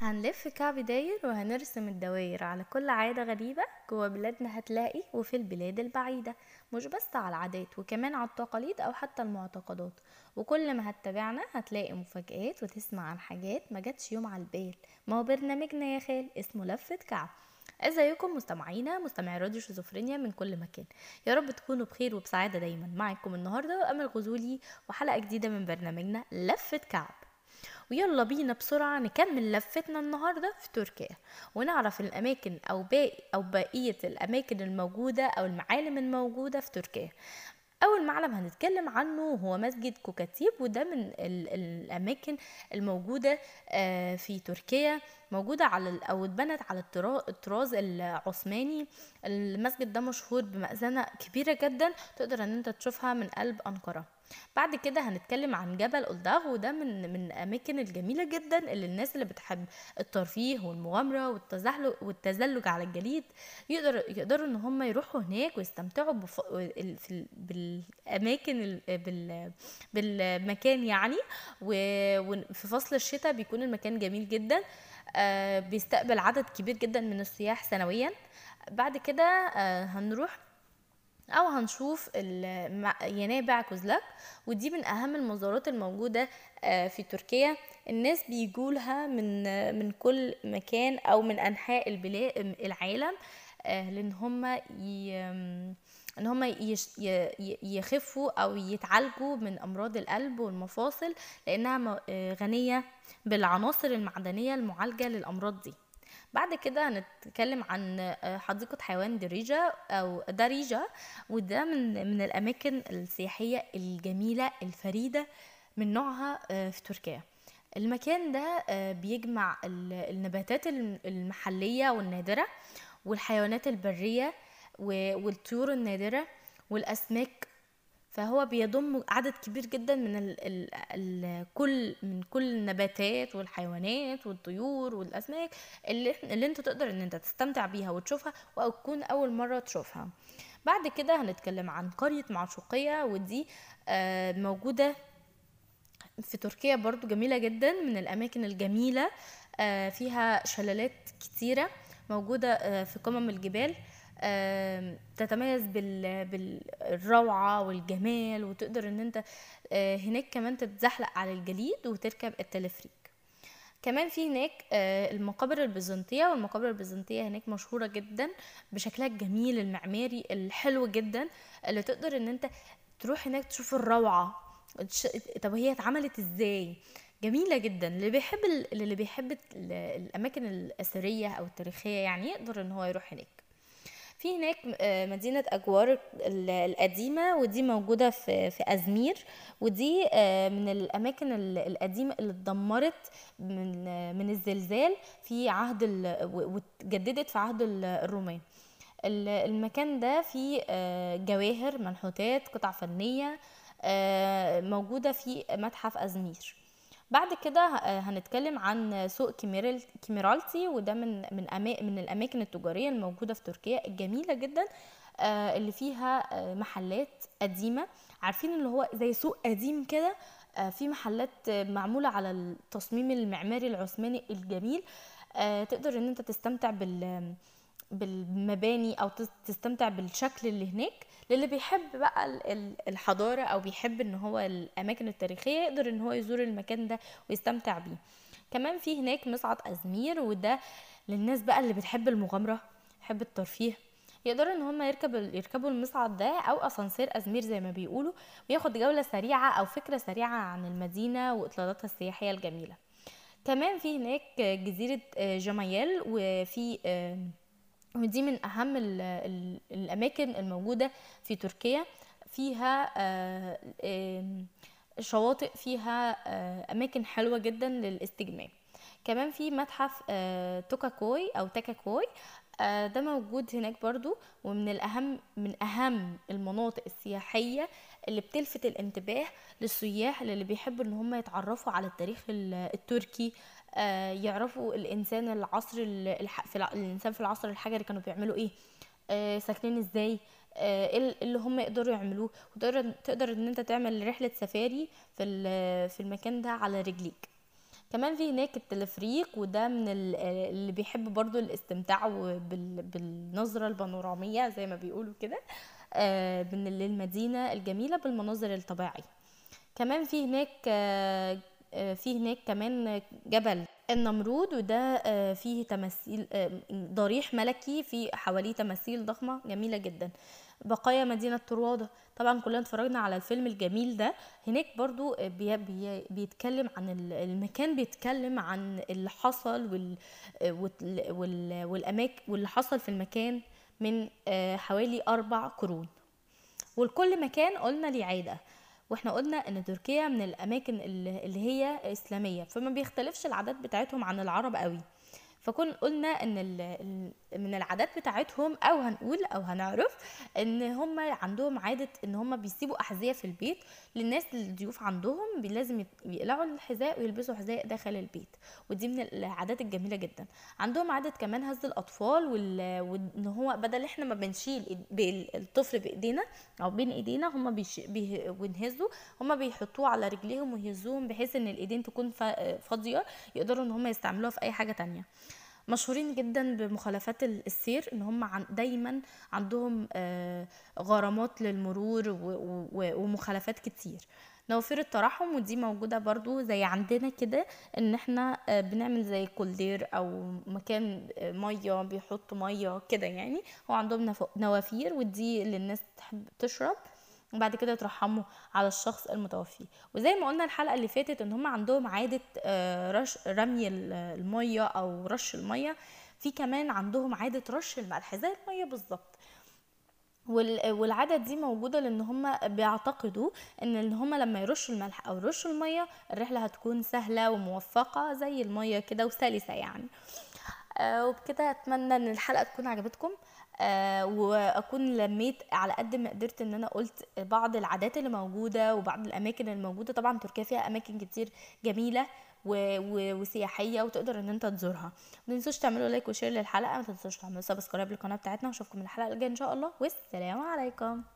هنلف كعب داير وهنرسم الدواير على كل عادة غريبة جوا بلادنا هتلاقي وفي البلاد البعيدة. مش بس على العادات وكمان على التقاليد أو حتى المعتقدات. وكل ما هتتابعنا هتلاقي مفاجآت وتسمع عن حاجات ما جاتش يوم على البال. ما هو برنامجنا يا خال اسمه لفة كعب. ازيكم مستمعينا مستمعي راديو شيزوفرينيا من كل مكان. يا رب تكونوا بخير وبسعادة دايما. معكم النهاردة أمل غزولي وحلقة جديدة من برنامجنا لفة كعب. ويلا بينا بسرعة نكمل لفتنا النهاردة في تركيا ونعرف الأماكن أو بقية الأماكن الموجودة أو المعالم الموجودة في تركيا. أول معلم هنتكلم عنه هو مسجد كوكاتيب، وده من الأماكن الموجودة في تركيا، موجودة أو اتبنت على الطراز العثماني. المسجد ده مشهور بمأذنة كبيرة جدا تقدر ان انت تشوفها من قلب أنقرة. بعد كده هنتكلم عن جبل ألداغ، وده من الأماكن الجميلة جدا اللي الناس اللي بتحب الترفيه والمغامرة والتزلج على الجليد يقدروا ان هم يروحوا هناك ويستمتعوا بالمكان يعني. وفي فصل الشتاء بيكون المكان جميل جدا، بيستقبل عدد كبير جدا من السياح سنويا. بعد كده هنروح او هنشوف ينابع كوزلاك، ودي من اهم المزارات الموجودة في تركيا. الناس بيجولها من كل مكان او من انحاء العالم، لان هم يخفوا او يتعالجوا من امراض القلب والمفاصل، لانها غنية بالعناصر المعدنية المعالجة للامراض دي. بعد كده هنتكلم عن حديقة حيوان داريجا، وده من الأماكن السياحية الجميلة الفريدة من نوعها في تركيا. المكان ده بيجمع النباتات المحلية والنادرة والحيوانات البرية والطيور النادرة والأسماك. فهو بيضم عدد كبير جدا من كل النباتات والحيوانات والطيور والاسماك اللي انت تقدر ان انت تستمتع بيها وتشوفها او تكون اول مرة تشوفها. بعد كده هنتكلم عن قرية معشوقية، ودي موجودة في تركيا برضو، جميلة جدا من الاماكن الجميلة. فيها شلالات كتيرة موجودة في قمم الجبال، تتميز بالروعة والجمال، وتقدر ان انت هناك كمان تتزحلق على الجليد وتركب التلفريك. كمان في هناك المقابر البيزنطية، والمقابر البيزنطية هناك مشهورة جدا بشكلها الجميل المعماري الحلو جدا، اللي تقدر ان انت تروح هناك تشوف الروعة. طب هي اتعملت ازاي؟ جميلة جدا. اللي بيحب الأماكن الأثرية أو التاريخية يعني يقدر إن هو يروح هناك. في هناك مدينة أجوار القديمة، ودي موجودة في أزمير، ودي من الأماكن القديمة اللي اتدمرت من الزلزال في عهد واتجددت في عهد الرومان. المكان ده فيه جواهر منحوتات قطع فنية موجودة في متحف أزمير. بعد كده هنتكلم عن سوق كيميرالتي، وده من الاماكن التجاريه الموجوده في تركيا الجميله جدا، اللي فيها محلات قديمه. عارفين اللي هو زي سوق قديم كده، في محلات معموله على التصميم المعماري العثماني الجميل. تقدر ان انت تستمتع بالمباني او تستمتع بالشكل اللي هناك. للي بيحب بقى الحضارة او بيحب ان هو الاماكن التاريخية يقدر ان هو يزور المكان ده ويستمتع بيه. كمان في هناك مصعد ازمير، وده للناس بقى اللي بتحب المغامرة بتحب الترفيه. يقدروا ان هم يركبوا المصعد ده او اسانسير ازمير زي ما بيقولوا، وياخد جولة سريعة او فكرة سريعة عن المدينة واطلالاتها السياحية الجميلة. كمان في هناك جزيرة جمايل، ودي من أهم الأماكن الموجودة في تركيا. فيها شواطئ، فيها أماكن حلوة جدا للاستجمام. كمان في متحف توكاكوي أو تاكاكوي، ده موجود هناك برضو، ومن أهم المناطق السياحية اللي بتلفت الانتباه للسياح اللي بيحبوا ان هم يتعرفوا على التاريخ التركي، يعرفوا الانسان الانسان في العصر الحجري كانوا بيعملوا ايه، ساكنين ازاي، ايه اللي هم يقدروا يعملوه. تقدر ان انت تعمل رحلة سفاري في المكان ده على رجليك. كمان في هناك التلفريك، وده من اللي بيحب برضو الاستمتاع بالنظرة البانورامية زي ما بيقولوا كده، من المدينة الجميلة بالمناظر الطبيعية. كمان في هناك في هناك كمان جبل النمرود، وده فيه تماثيل، ضريح ملكي في حواليه تماثيل ضخمة جميلة جدا. بقايا مدينة طروادة، طبعا كلنا اتفرجنا على الفيلم الجميل ده. هناك برضو بيتكلم عن المكان، بيتكلم عن اللي حصل والأماكن واللي حصل في المكان من حوالي 4 قرون. ولكل مكان قلنا ليه عادة، واحنا قلنا ان تركيا من الاماكن اللي هي اسلامية، فما بيختلفش العادات بتاعتهم عن العرب قوي. فكون قلنا ان من العادات بتاعتهم، او هنقول او هنعرف ان هم عندهم عادة ان هم بيسيبوا احذية في البيت للناس، الضيوف عندهم لازم يقلعوا الحذاء ويلبسوا حذاء داخل البيت، ودي من العادات الجميلة جدا. عندهم عادة كمان هز الاطفال، وان هو بدل احنا ما بنشيل الطفل بايدينا او بين ايدينا، هم بينهزوا، هم بيحطوه على رجليهم ويهزوهم بحيث ان الايدين تكون فاضية، يقدروا ان هم يستعملوها في اي حاجة تانية. مشهورين جدا بمخالفات السير، ان هم دايما عندهم غرامات للمرور ومخالفات كتير. نوافير الترحم، ودي موجودة برضو زي عندنا كده، ان احنا بنعمل زي كولدير او مكان مية بيحطوا مية كده يعني. هو عندهم نوافير، ودي اللي الناس تحب تشرب وبعد كده يترحموا على الشخص المتوفي. وزي ما قلنا الحلقة اللي فاتت ان هم عندهم عادة رمي المية او رش المية، في كمان عندهم عادة رش الملح زي المية بالظبط. والعادة دي موجودة لان هم بيعتقدوا ان هم لما يرشوا الملح او يرشوا المية، الرحلة هتكون سهلة وموفقة زي المية كده وسلسة يعني. وبكده اتمنى ان الحلقه تكون عجبتكم، واكون لميت على قد ما قدرت ان انا قلت بعض العادات اللي موجوده وبعض الاماكن اللي موجوده. طبعا تركيا فيها اماكن كتير جميله وسياحيه وتقدر ان انت تزورها. ما تنسوش تعملوا لايك وشير للحلقه، ما تنسوش تعملوا سبسكرايب للقناه بتاعتنا، واشوفكم الحلقه الجايه ان شاء الله، والسلام عليكم.